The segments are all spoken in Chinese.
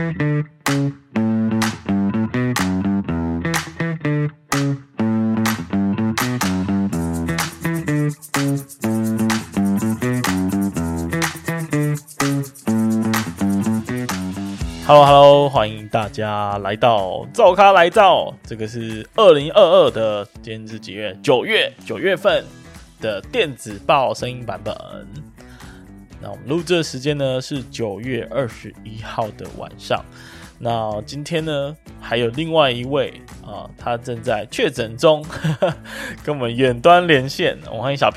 Hello， 欢迎大家来到造咖来造，这个是2022的，今天是几月？9月份的电子报声音版本。那我们录制的时间呢是9月21号的晚上。那今天呢还有另外一位他正在确诊中，跟我们远端连线，我们欢迎小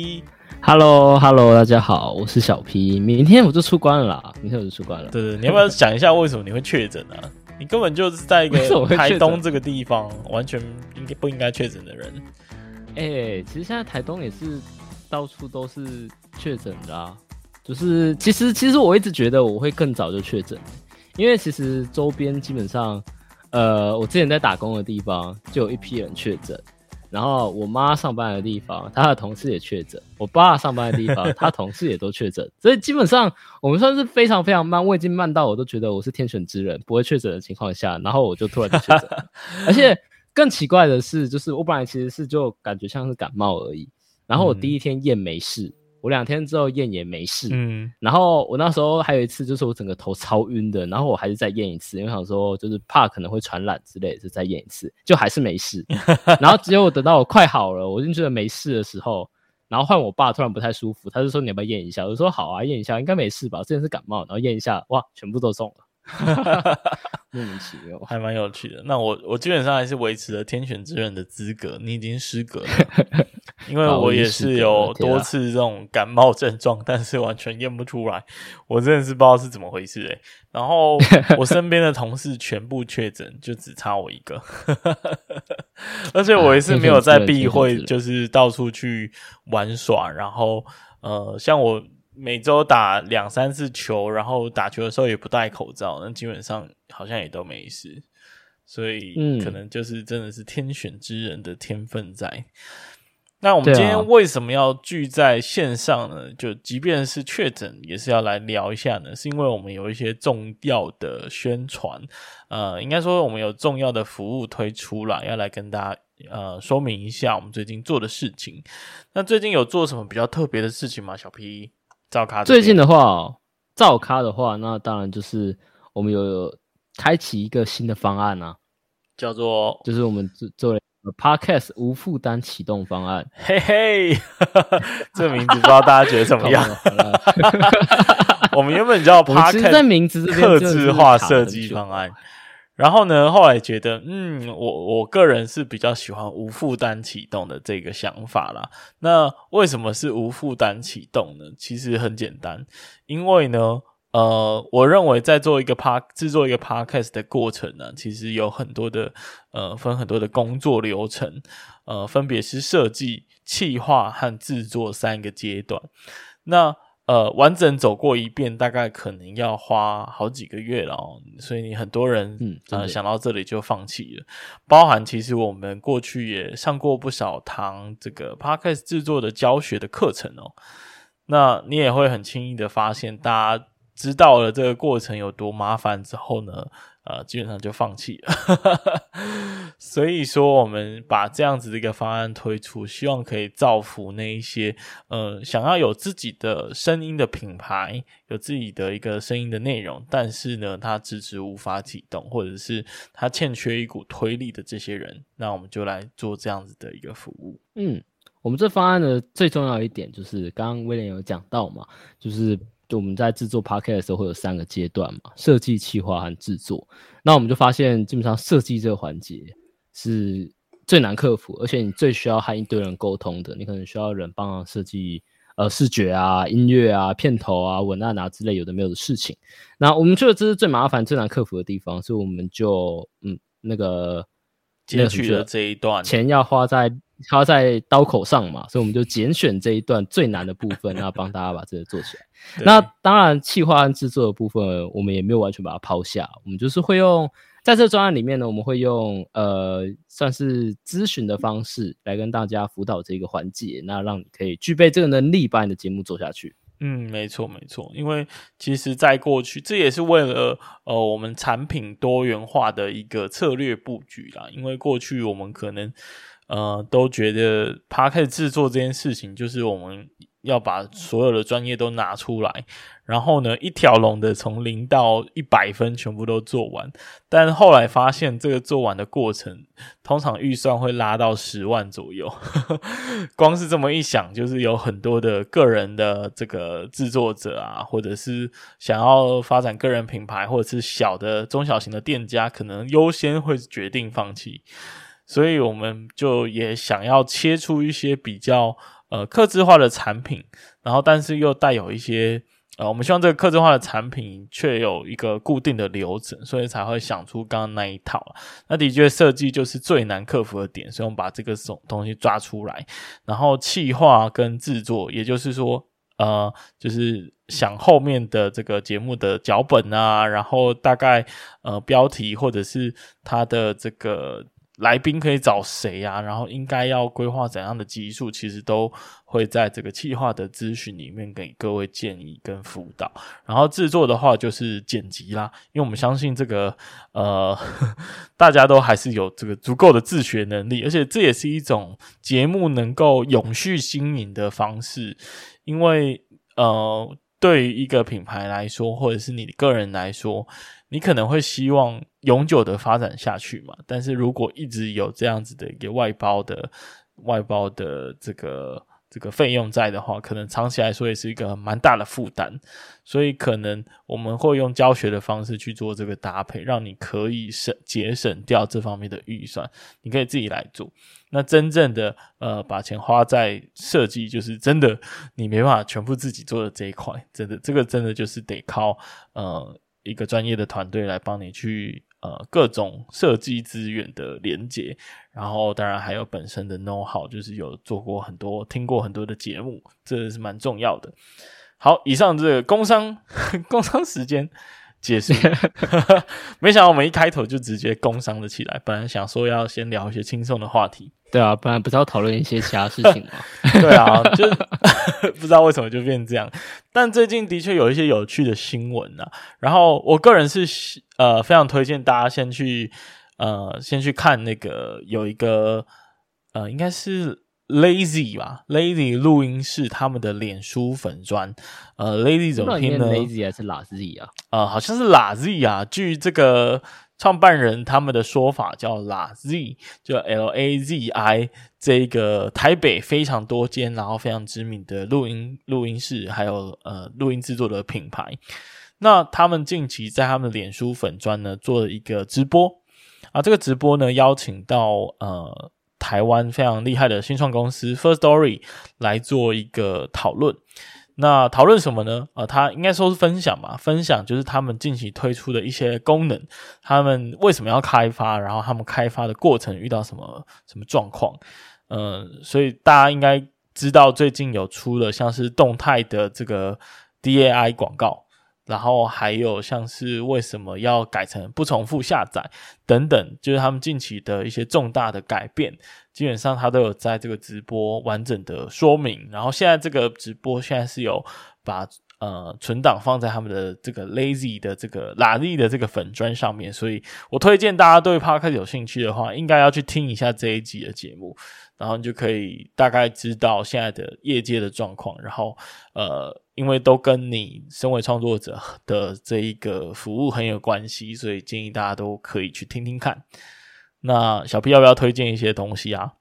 P。Hello， 大家好，我是小 P， 明天我就出关了啦， 对，你要不要讲一下为什么你会确诊啊？你根本就是在一个台东这个地方，完全不应该确诊的人。 其实现在台东也是到处都是确诊的啊，就是其实我一直觉得我会更早就确诊，因为其实周边基本上，我之前在打工的地方就有一批人确诊。然后我妈上班的地方，她的同事也确诊；我爸上班的地方，他同事也都确诊。所以基本上我们算是非常非常慢，我已经慢到我都觉得我是天选之人，不会确诊的情况下，然后我就突然就确诊了。而且更奇怪的是，就是我本来其实是就感觉像是感冒而已，然后我第一天验没事，我2天之后验也没事，然后我那时候还有一次就是我整个头超晕的，然后我还是再验一次，因为想说就是怕可能会传染之类的，就再验一次，就还是没事。然后结果等到我快好了，我就觉得没事的时候，然后换我爸突然不太舒服，他就说你要不要验一下？我就说好啊，验一下，应该没事吧？之前是感冒，然后验一下，哇，全部都中了。莫名其妙， 还蛮有趣的。那我基本上还是维持了天选之人的资格，你已经失格了。因为我也是有多次这种感冒症状，但是完全验不出来，我真的是不知道是怎么回事然后我身边的同事全部确诊，就只差我一个。而且我也是没有在避讳，就是到处去玩耍，然后像我每周打2-3次球，然后打球的时候也不戴口罩，那基本上好像也都没事，所以可能就是真的是天选之人的天分在。那我们今天为什么要聚在线上呢？就即便是确诊也是要来聊一下呢，是因为我们有一些重要的宣传，应该说我们有重要的服务推出来，要来跟大家说明一下我们最近做的事情。那最近有做什么比较特别的事情吗？小 P 造咖最近的话，造咖的话，那当然就是我们有开启一个新的方案啊， 叫做就是我们做了Podcast 无负担启动方案， 嘿嘿，这个名字不知道大家觉得怎么样？我们原本叫 Podcast 在名字这边客制化设计方案，然后呢，后来觉得，我个人是比较喜欢无负担启动的这个想法啦。那为什么是无负担启动呢？其实很简单，因为呢。我认为在制作一个 podcast 的过程呢，其实有很多的分很多的工作流程，分别是设计、企划和制作3个阶段。那完整走过一遍，大概可能要花好几个月了所以你很多人想到这里就放弃了。包含其实我们过去也上过不少堂这个 podcast 制作的教学的课程那你也会很轻易的发现，大家知道了这个过程有多麻烦之后呢，基本上就放弃了。所以说我们把这样子的一个方案推出，希望可以造福那一些想要有自己的声音的品牌，有自己的一个声音的内容，但是呢他迟迟无法启动，或者是他欠缺一股推力的这些人，那我们就来做这样子的一个服务。 我们这方案的最重要一点就是刚刚威廉有讲到嘛，就是我们在制作 podcast 的时候会有3个阶段嘛，设计、企划和制作。那我们就发现基本上设计这个环节是最难克服，而且你最需要和一堆人沟通的，你可能需要人帮忙设计视觉啊、音乐啊、片头啊、文案啊之类有的没有的事情。那我们觉得这是最麻烦、最难克服的地方，所以我们就截取了这一段钱要花在刀口上嘛，所以我们就拣选这一段最难的部分，然后帮大家把这个做起来。那当然企划和制作的部分我们也没有完全把它抛下，我们就是会用在这个专案里面呢，我们会用算是咨询的方式来跟大家辅导这个环节，那让你可以具备这个能力把你的节目做下去。 没错没错，因为其实在过去这也是为了我们产品多元化的一个策略布局啦，因为过去我们可能都觉得 Podcast 制作这件事情就是我们要把所有的专业都拿出来，然后呢一条龙的从0到100分全部都做完，但后来发现这个做完的过程通常预算会拉到10万左右光是这么一想，就是有很多的个人的这个制作者啊，或者是想要发展个人品牌，或者是小的中小型的店家可能优先会决定放弃，所以我们就也想要切出一些比较客制化的产品，然后但是又带有一些我们希望这个客制化的产品却有一个固定的流程，所以才会想出刚刚那一套。那的确设计就是最难克服的点，所以我们把这个东西抓出来，然后企划跟制作，也就是说就是想后面的这个节目的脚本啊，然后大概标题或者是它的这个来宾可以找谁啊，然后应该要规划怎样的集数，其实都会在这个企划的咨询里面给各位建议跟辅导。然后制作的话就是剪辑啦，因为我们相信这个大家都还是有这个足够的自学能力，而且这也是一种节目能够永续经营的方式，因为对于一个品牌来说，或者是你个人来说，你可能会希望永久的发展下去嘛，但是如果一直有这样子的一个外包的这个费用在的话，可能长期来说也是一个蛮大的负担，所以可能我们会用教学的方式去做这个搭配，让你可以节省掉这方面的预算，你可以自己来做。那真正的把钱花在设计，就是真的你没办法全部自己做的这一块，真的这个真的就是得靠一个专业的团队来帮你去各种设计资源的连结，然后当然还有本身的 know how， 就是有做过很多听过很多的节目，这是蛮重要的。好，以上这个工商时间结束没想到我们一开头就直接工商了起来，本来想说要先聊一些轻松的话题。 对啊，本来不是要讨论一些其他事情吗？ 对啊，就是不知道为什么就变这样。但最近的确有一些有趣的新闻啊，然后我个人是非常推荐大家先去看那个有一个应该是Lazy 吧 ，Lazy 录音室他们的脸书粉专，Lazy 怎么拼呢 ？Lazy 还是 Lazy 啊？ 好像是 Lazy 啊，据这个创办人他们的说法叫 Lazy， 就 LAZI， 这个台北非常多间，然后非常知名的录音室，还有录音制作的品牌。那他们近期在他们的脸书粉专呢做了一个直播啊，这个直播呢邀请到台湾非常厉害的新创公司 Firstory 来做一个讨论。那讨论什么呢？他应该说是分享嘛，分享就是他们近期推出的一些功能，他们为什么要开发，然后他们开发的过程遇到什么状况。所以大家应该知道最近有出了像是动态的这个 DAI 广告，然后还有像是为什么要改成不重复下载等等，就是他们近期的一些重大的改变，基本上他都有在这个直播完整的说明。然后现在这个直播现在是有把存档放在他们的这个 Lazy 的这个 Lazy 的这个粉专上面，所以我推荐大家对 Podcast 有兴趣的话，应该要去听一下这一集的节目，然后你就可以大概知道现在的业界的状况，然后因为都跟你身为创作者的这一个服务很有关系，所以建议大家都可以去听听看。那小 P 要不要推荐一些东西啊？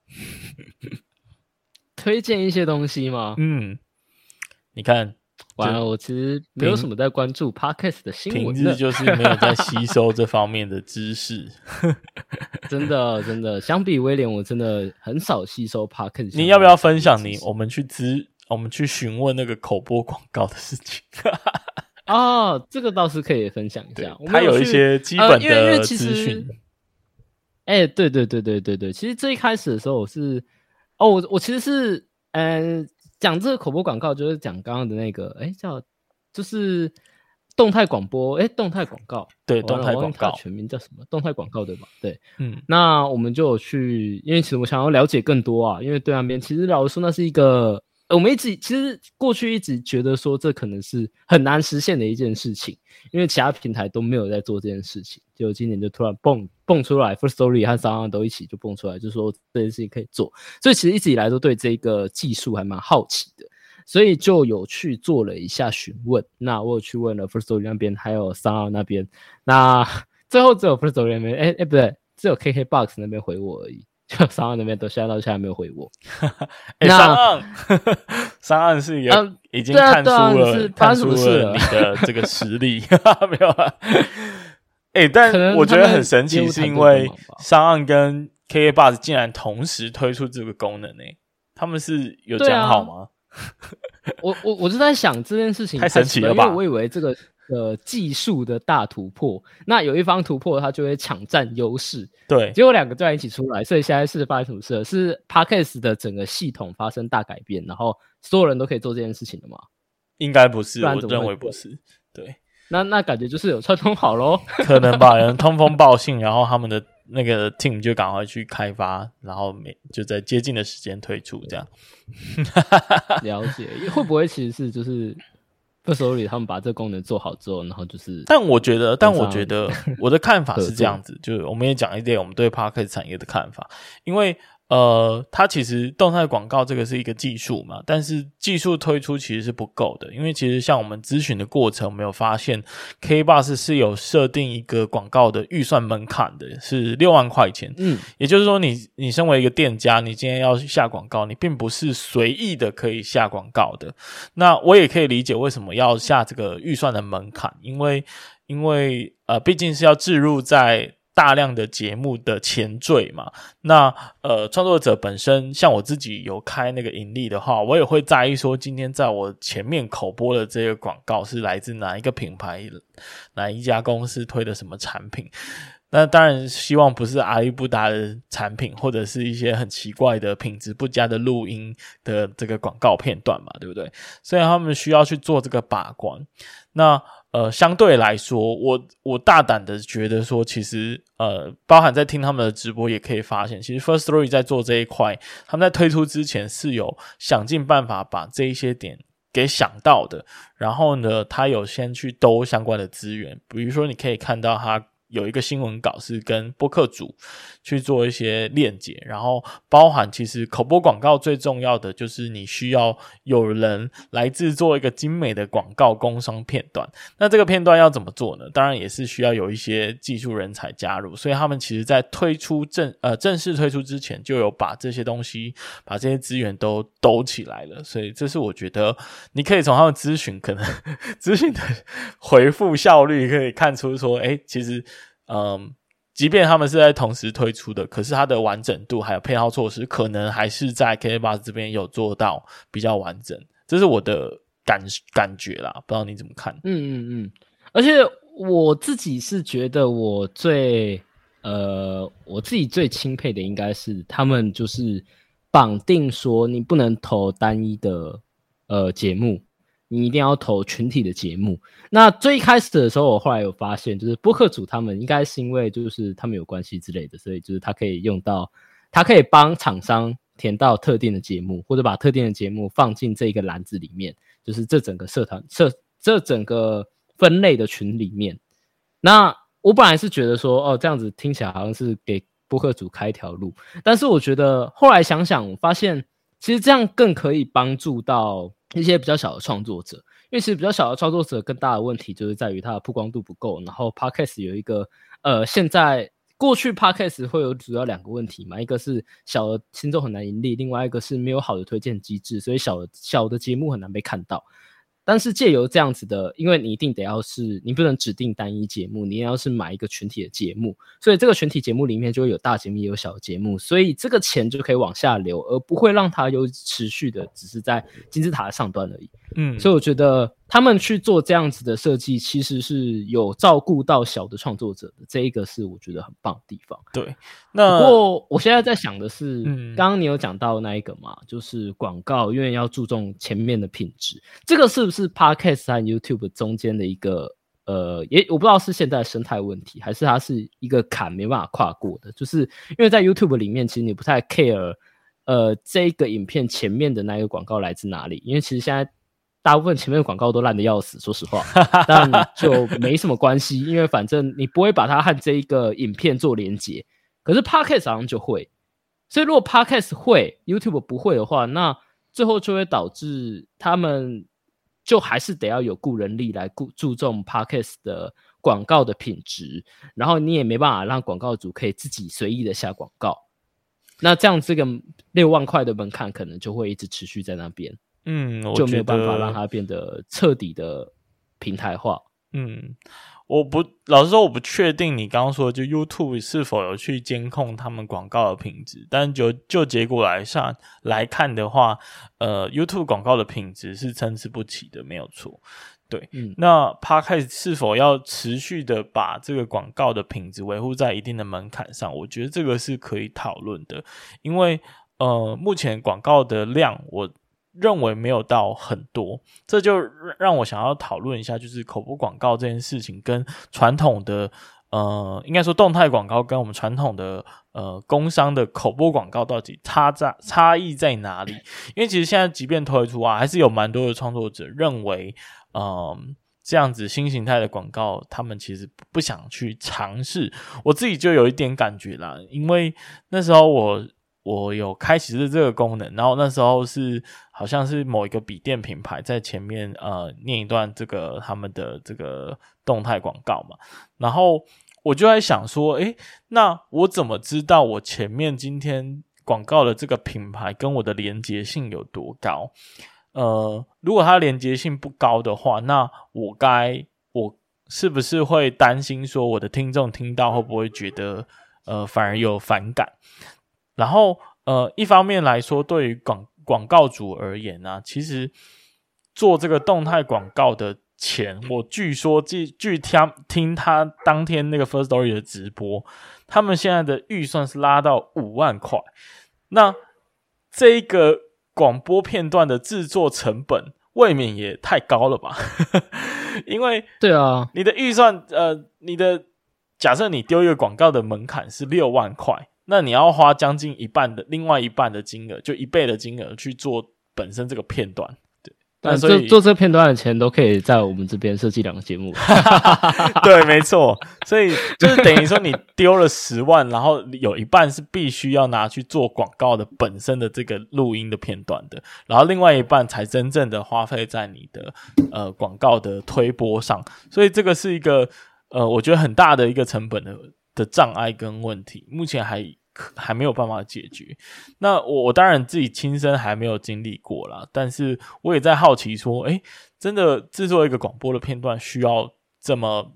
推荐一些东西吗？ 你看完了，我其实没有什么在关注 Podcast 的新闻， 平日就是没有在吸收这方面的知识。 真的，相比威廉，我真的很少吸收 Podcast。 你要不要分享我们去询问那个口播广告的事情？ 这个倒是可以分享一下。 它有一些基本的资讯。 对，其实最一开始的时候我其实是讲这个口播广告，就是讲刚刚的那个就是动态广播动态广告， 对，动态广告全名叫什么？动态广告对吧？对，那我们就有去，因为其实我想要了解更多啊，因为对那边其实老实说那是一个我们其实过去一直觉得说这可能是很难实现的一件事情，因为其他平台都没有在做这件事情，就今年就突然蹦出来 Firstory 和SoundOn都一起就蹦出来，就说这件事情可以做，所以其实一直以来都对这个技术还蛮好奇的，所以就有去做了一下询问。那我有去问了 Firstory 那边还有 SoundOn 那边，那最后只有 Firstory 那边不对，只有 KKBOX 那边回我而已，就SoundOn那边到现在没有回我。 SoundOn是一个已经看出了你的这个实力，没有啊？但我觉得很神奇，是因为SoundOn跟 KKBOX 竟然同时推出这个功能他们是有讲好吗？ 我就在想这件事情太神奇了吧？ 因为我以为这个技术的大突破，那有一方突破，它就会抢占优势。 对， 结果两个突然一起出来，所以现在是发生什么事了？是 Podcast 的整个系统发生大改变，然后所有人都可以做这件事情了吗？ 应该不是，我认为不是。对， 那感觉就是有串通好咯， 可能吧？有人通风报信，然后他们的那个 team 就赶快去开发，然后就在接近的时间推出，这样。 了解，会不会其实是就是Firstory他们把这个功能做好之后，然后就是…… 但我觉得我的看法是这样子，就是我们也讲一点我们对 Podcast 产业的看法，因为它其实动态广告这个是一个技术嘛，但是技术推出其实是不够的，因为其实像我们咨询的过程，我们有发现 KKBOX 是有设定一个广告的预算门槛的，是6万块钱。也就是说你身為一个店家，你今天要下广告，你并不是随意的可以下广告的。那我也可以理解为什么要下这个预算的门槛，因为毕竟是要置入在大量的节目的前缀嘛，那创作者本身像我自己有开那个盈利的话，我也会在意说今天在我前面口播的这个广告是来自哪一个品牌，哪一家公司推的什么产品。那当然希望不是阿里不达的产品，或者是一些很奇怪的品质不佳的录音的这个广告片段嘛，对不对？所以他们需要去做这个把关。那相对来说，我大胆的觉得说，其实包含在听他们的直播也可以发现，其实 Firstory 在做这一块，他们在推出之前是有想尽办法把这一些点给想到的。然后呢，他有先去兜相关的资源，比如说你可以看到他有一个新闻稿是跟播客主去做一些链接，然后包含其实口播广告最重要的就是你需要有人来制作一个精美的广告工商片段。那这个片段要怎么做呢？当然也是需要有一些技术人才加入，所以他们其实在推出正式推出之前就有把这些东西把这些资源都兜起来了。所以这是我觉得你可以从他们咨询可能咨询的回复效率可以看出说其实即便他们是在同时推出的，可是它的完整度还有配套措施可能还是在 KKBOX 这边有做到比较完整，这是我的感觉啦，不知道你怎么看。 而且我自己是觉得我自己最钦佩的应该是他们就是绑定说你不能投单一的节目，你一定要投群体的节目。那最一开始的时候，我后来有发现，就是播客主他们应该是因为就是他们有关系之类的，所以就是他可以帮厂商填到特定的节目，或者把特定的节目放进这个篮子里面，就是这整个这整个分类的群里面。那我本来是觉得说，这样子听起来好像是给播客主开一条路，但是我觉得后来想想，我发现其实这样更可以帮助到一些比较小的创作者，因为其实比较小的创作者更大的问题就是在于它的曝光度不够，然后 Podcast 有一个现在过去 Podcast 会有主要2个问题嘛，一个是小的听众很难盈利，另外一个是没有好的推荐机制，所以小的节目很难被看到。但是借由这样子的，因为你一定得要是你不能指定单一节目，你要是买一个群体的节目，所以这个群体节目里面就会有大节目也有小节目，所以这个钱就可以往下流，而不会让它有持续的只是在金字塔的上端而已。所以我觉得他们去做这样子的设计其实是有照顾到小的创作者的，这一个是我觉得很棒的地方。 对，那不过我现在在想的是刚刚你有讲到那一个嘛，就是广告因为要注重前面的品质，这个是不是 Podcast 和 YouTube 中间的一个我不知道是现在的生态问题，还是它是一个坎没办法跨过的，就是因为在 YouTube 里面其实你不太 care 这个影片前面的那个广告来自哪里，因为其实现在大部分前面的广告都烂得要死，说实话，但就没什么关系，因为反正你不会把它和这一个影片做连结，可是 Podcast 好像就会，所以如果 Podcast 会 YouTube 不会的话，那最后就会导致他们就还是得要有雇人力来注重 Podcast 的广告的品质，然后你也没办法让广告主可以自己随意的下广告，那这样这个6万块的门槛可能就会一直持续在那边，就没有办法让它变得彻底的平台化。 老实说我不确定你刚刚说就 YouTube 是否有去监控他们广告的品质，但就结果来看的话YouTube 广告的品质是参差不齐的，没有错。对，那 Podcast 是否要持续的把这个广告的品质维护在一定的门槛上，我觉得这个是可以讨论的，因为目前广告的量我认为没有到很多，这就让我想要讨论一下，就是口播广告这件事情跟传统的应该说动态广告跟我们传统的工商的口播广告到底差异在哪里？因为其实现在即便推出还是有蛮多的创作者认为这样子新形态的广告他们其实不想去尝试，我自己就有一点感觉啦，因为那时候我有开启这个功能，然后那时候好像是某一个笔电品牌在前面念一段这个他们的这个动态广告嘛，然后我就在想说那我怎么知道我前面今天广告的这个品牌跟我的连结性有多高？如果它连结性不高的话，那我是不是会担心说我的听众听到会不会觉得反而有反感？然后一方面来说，对于广告主而言其实做这个动态广告的钱，我据说据听他当天那个 First Story 的直播，他们现在的预算是拉到5万块，那这一个广播片段的制作成本未免也太高了吧因为对啊， 你的预算假设你丢一个广告的门槛是6万块，那你要花将近另外一半的金额，就1倍的金额去做本身这个片段。对，但所以做这个片段的钱都可以在我们这边设计2个节目。 对，没错。所以就是等于说你丢了10万，然后有一半是必须要拿去做广告的本身的这个录音的片段的，然后另外一半才真正的花费在你的广告的推播上。所以这个是一个我觉得很大的一个成本的障碍跟问题，目前还没有办法解决。那我当然自己亲身还没有经历过啦，但是我也在好奇说真的制作一个广播的片段需要这么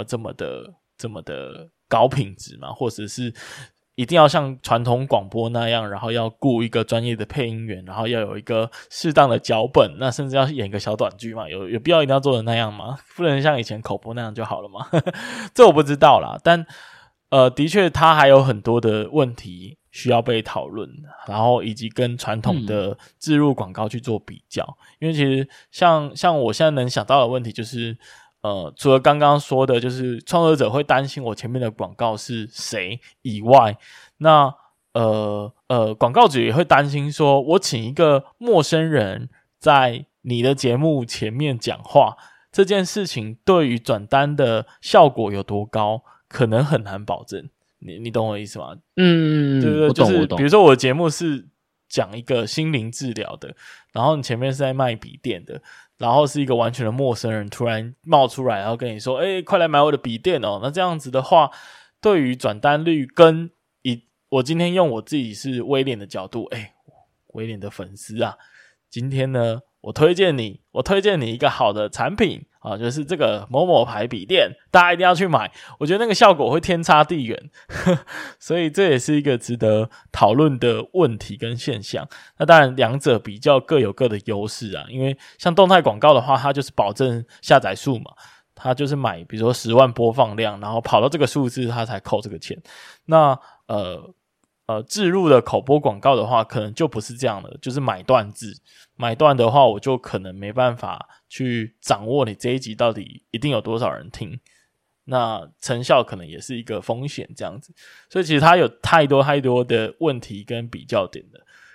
的高品质吗？或者是一定要像传统广播那样，然后要雇一个专业的配音员，然后要有一个适当的脚本，那甚至要演一个小短剧嘛？有必要一定要做的那样吗？不能像以前口播那样就好了吗？这我不知道啦，但的确它还有很多的问题需要被讨论，然后以及跟传统的置入广告去做比较。因为其实像我现在能想到的问题就是除了刚刚说的就是创作者会担心我前面的广告是谁以外，那广告主也会担心说我请一个陌生人在你的节目前面讲话，这件事情对于转单的效果有多高，可能很难保证。你懂我意思吗？对对对，就是比如说我的节目是讲一个心灵治疗的，然后你前面是在卖笔电的，然后是一个完全的陌生人突然冒出来，然后跟你说快来买我的笔电哦，那这样子的话对于转单率跟我今天用我自己是威廉的角度，威廉的粉丝啊，今天呢我推荐你一个好的产品就是这个某某牌笔电，大家一定要去买，我觉得那个效果会天差地远所以这也是一个值得讨论的问题跟现象。那当然两者比较各有各的优势因为像动态广告的话，它就是保证下载数嘛，它就是买比如说10万播放量，然后跑到这个数字它才扣这个钱。那置入的口播广告的话可能就不是这样的，就是买断制。买断的话我就可能没办法去掌握你这一集到底一定有多少人听，那成效可能也是一个风险这样子。所以其实它有太多的问题跟比较点的。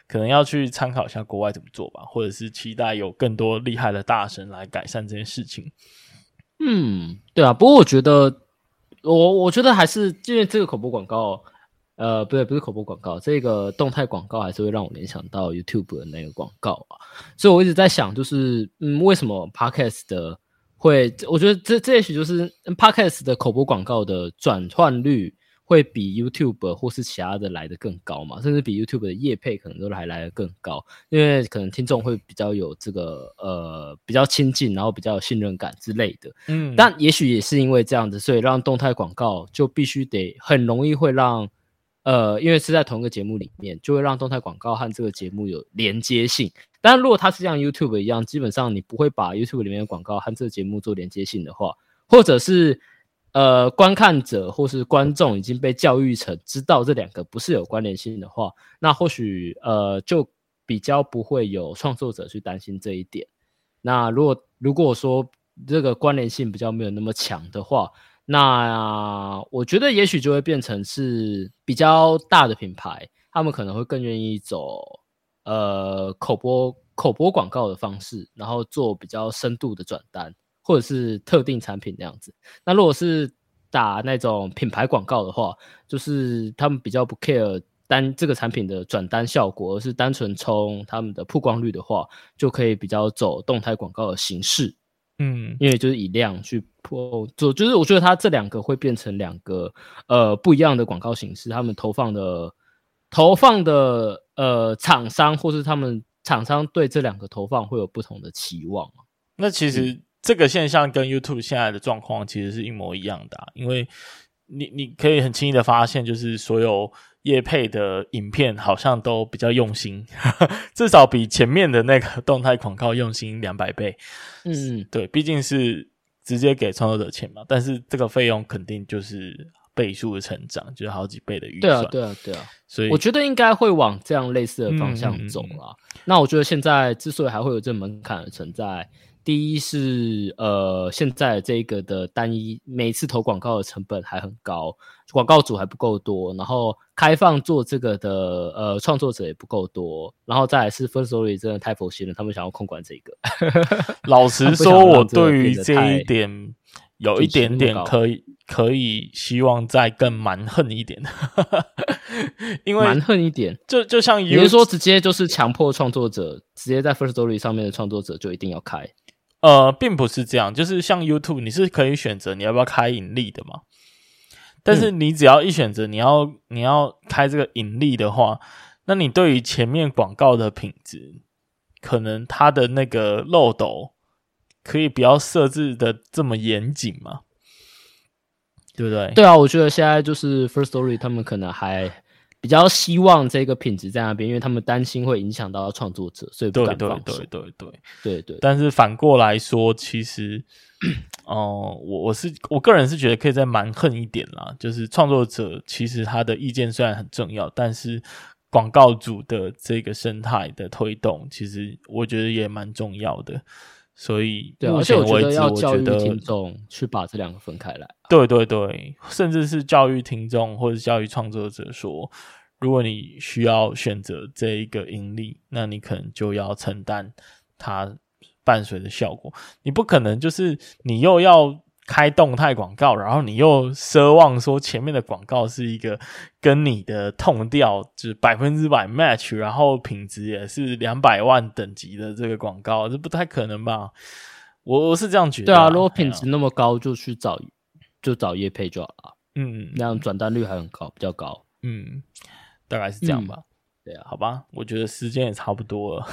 可能要去参考一下国外怎么做吧，或者是期待有更多厉害的大神来改善这件事情。 对啊，不过我觉得我觉得还是因为这个口播广告不是口播广告，这个动态广告还是会让我联想到 YouTube 的那个广告啊，所以我一直在想，就是为什么 Podcast 的会，我觉得这也许就是 Podcast 的口播广告的转换率会比 YouTube 或是其他的来得更高嘛，甚至比 YouTube 的业配可能都还来得更高，因为可能听众会比较有这个比较亲近，然后比较有信任感之类的。但也许也是因为这样子，所以让动态广告就必须得很容易会让因为是在同一个节目里面，就会让动态广告和这个节目有连接性。但如果它是像 YouTube 一样，基本上你不会把 YouTube 里面的广告和这个节目做连接性的话，或者是观看者或是观众已经被教育成知道这两个不是有关联性的话，那或许就比较不会有创作者去担心这一点。那如果说这个关联性比较没有那么强的话，那我觉得也许就会变成是比较大的品牌，他们可能会更愿意走口播广告的方式，然后做比较深度的转单，或者是特定产品那样子。那如果是打那种品牌广告的话，就是他们比较不 care 这个产品的转单效果，而是单纯冲他们的曝光率的话，就可以比较走动态广告的形式。因为就是以量去做，就是我觉得它这两个会变成两个不一样的广告形式，他们投放的厂商或是他们厂商对这两个投放会有不同的期望。 那其实这个现象跟 YouTube 现在的状况其实是一模一样的因为你可以很轻易的发现，就是所有业配的影片好像都比较用心，至少比前面的那个动态广告用心200倍。对，毕竟是直接给创作者钱嘛，但是这个费用肯定就是倍数的成长，就是好几倍的预算。 对啊。 所以我觉得应该会往这样类似的方向走啦。那我觉得现在之所以还会有这门槛的存在，第一是现在这个的单一每一次投广告的成本还很高，广告主还不够多，然后开放做这个的创作者也不够多，然后再来是 Firstory 真的太佛心了，他们想要控管这个。 老实说，我对于这一点有一点点可以希望再更蛮横一点。因为蛮横一点， 就像你是说直接就是强迫创作者直接在 Firstory 上面的创作者就一定要开？ 并不是这样，就是像 YouTube 你是可以选择你要不要开盈利的嘛，但是你只要一选择你要开这个盈利的话，那你对于前面广告的品质，可能它的那个漏斗可以不要设置的这么严谨嘛，对不对？ 对啊，我觉得现在就是 Firstory 他们可能还比较希望这个品质在那边，因为他们担心会影响到创作者，所以不敢放手。对。但是反过来说，其实，我个人是觉得可以再蛮横一点啦。就是创作者其实他的意见虽然很重要，但是广告主的这个生态的推动，其实我觉得也蛮重要的。所以目前为止，我觉得要教育听众去把这两个分开来。 对，甚至是教育听众或者教育创作者说，如果你需要选择这一个盈利，那你可能就要承担它伴随的效果。你不可能就是你又要开动态广告，然后你又奢望说前面的广告是一个跟你的痛调就是100% match， 然后品质也是200万等级的这个广告，这不太可能吧？我是这样觉得。 对啊，如果品质那么高，就找业配就好了。那样转单率还很高，比较高。 大概是这样吧。 对啊， 好吧，我觉得时间也差不多了。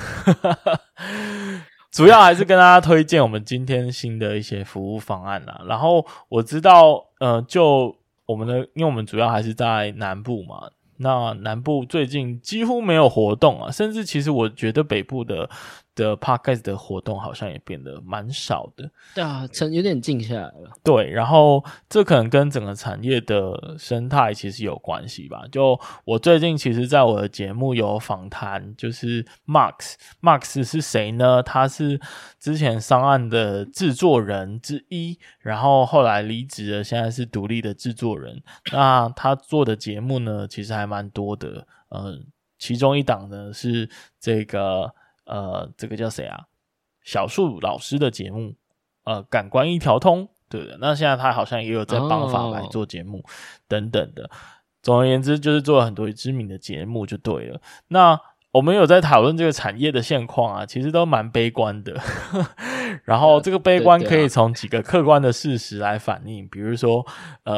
主要还是跟大家推荐我们今天新的一些服务方案啦。然后我知道，就我们的，因为我们主要还是在南部嘛，那南部最近几乎没有活动啊，甚至其实我觉得北部的 Podcast 的活动好像也变得蛮少的。 对啊，有点静下来了。 对，然后这可能跟整个产业的生态其实有关系吧。就我最近其实在我的节目有访谈，就是 Max 是谁呢？他是之前上岸的制作人之一，然后后来离职了，现在是独立的制作人。那他做的节目呢，其实还蛮多的， 其中一档呢是这个叫谁啊？小树老师的节目，感官一条通，对不对？那现在他好像也有在帮法白做节目等等的。总而言之，就是做了很多知名的节目就对了。那我们有在讨论这个产业的现况啊，其实都蛮悲观的。然后这个悲观可以从几个客观的事实来反映，比如说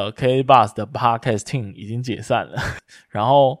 KKBOX 的 Podcast Team 已经解散了，然后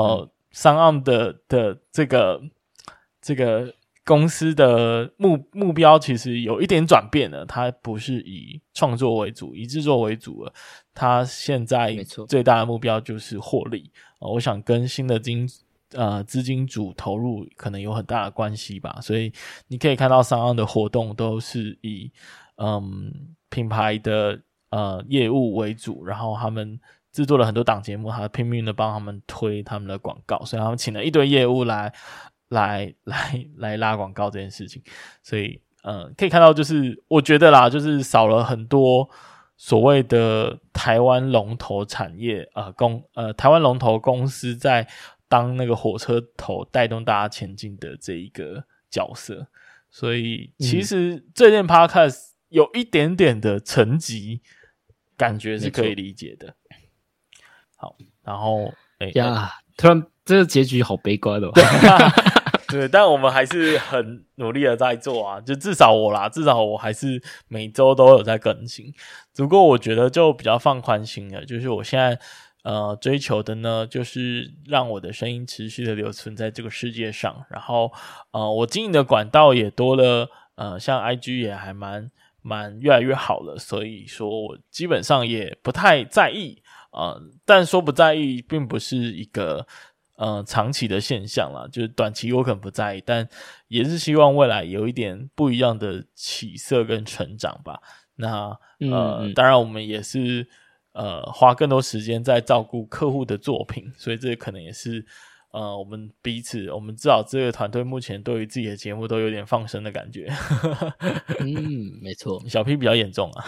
SoundOn的这个公司的目标其实有一点转变了，它不是以创作为主，以制作为主了。它现在最大的目标就是获利。我想跟新的资金主投入可能有很大的关系吧，所以你可以看到SoundOn的活动都是以品牌的业务为主，然后他们制作了很多档节目，他拼命的帮他们推他们的广告，所以他们请了一堆业务来拉广告这件事情。所以可以看到就是我觉得啦，就是少了很多所谓的台湾龙头产业台湾龙头公司在当那个火车头带动大家前进的这一个角色。所以其实这件 podcast 有一点点的沉寂感觉是可以理解的。好，然后突然这个结局好悲观哦。 对，但我们还是很努力的在做啊，就至少我还是每周都有在更新。不过我觉得就比较放宽心了，就是我现在追求的呢，就是让我的声音持续的留存在这个世界上。然后我经营的管道也多了，像 IG 也还蛮越来越好了，所以说我基本上也不太在意。但说不在意并不是一个长期的现象啦，就是短期我可能不在意，但也是希望未来有一点不一样的起色跟成长吧。那当然我们也是花更多时间在照顾客户的作品，所以这可能也是我们至少这个团队目前对于自己的节目都有点放生的感觉。 没错， 小 P 比较严重啊。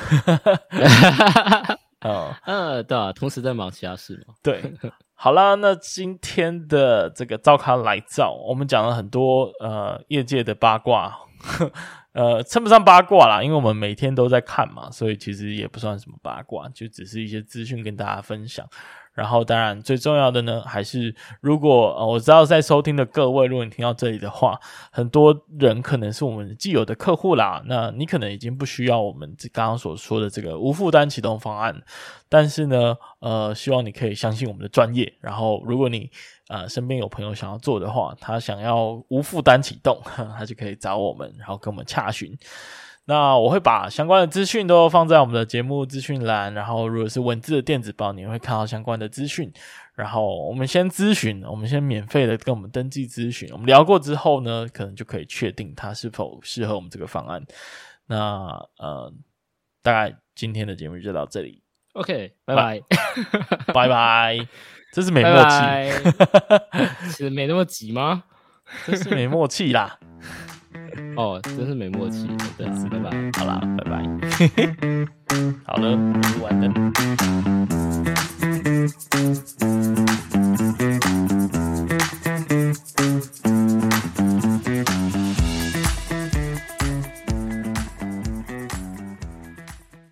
对啊，同时在忙其他事嘛。 对，好啦，那今天的这个照咖来照，我们讲了很多业界的八卦，称不上八卦啦，因为我们每天都在看嘛，所以其实也不算什么八卦，就只是一些资讯跟大家分享。然后当然最重要的呢，还是如果我知道在收听的各位，如果你听到这里的话，很多人可能是我们既有的客户啦，那你可能已经不需要我们刚刚所说的这个无负担启动方案，但是呢希望你可以相信我们的专业。然后如果你身边有朋友想要做的话，他想要无负担启动，他就可以找我们，然后跟我们洽询。那我会把相关的资讯都放在我们的节目资讯栏，然后如果是文字的电子报，你会看到相关的资讯。然后我们先免费的跟我们登记咨询，我们聊过之后呢，可能就可以确定它是否适合我们这个方案。那大概今天的节目就到这里。 OK， 拜拜。 拜拜。这是没默契。 拜拜。其实没那么急吗？ 这是没默契啦。 真是没默契。对啊，拜拜。 好啦，拜拜。好了，录完了。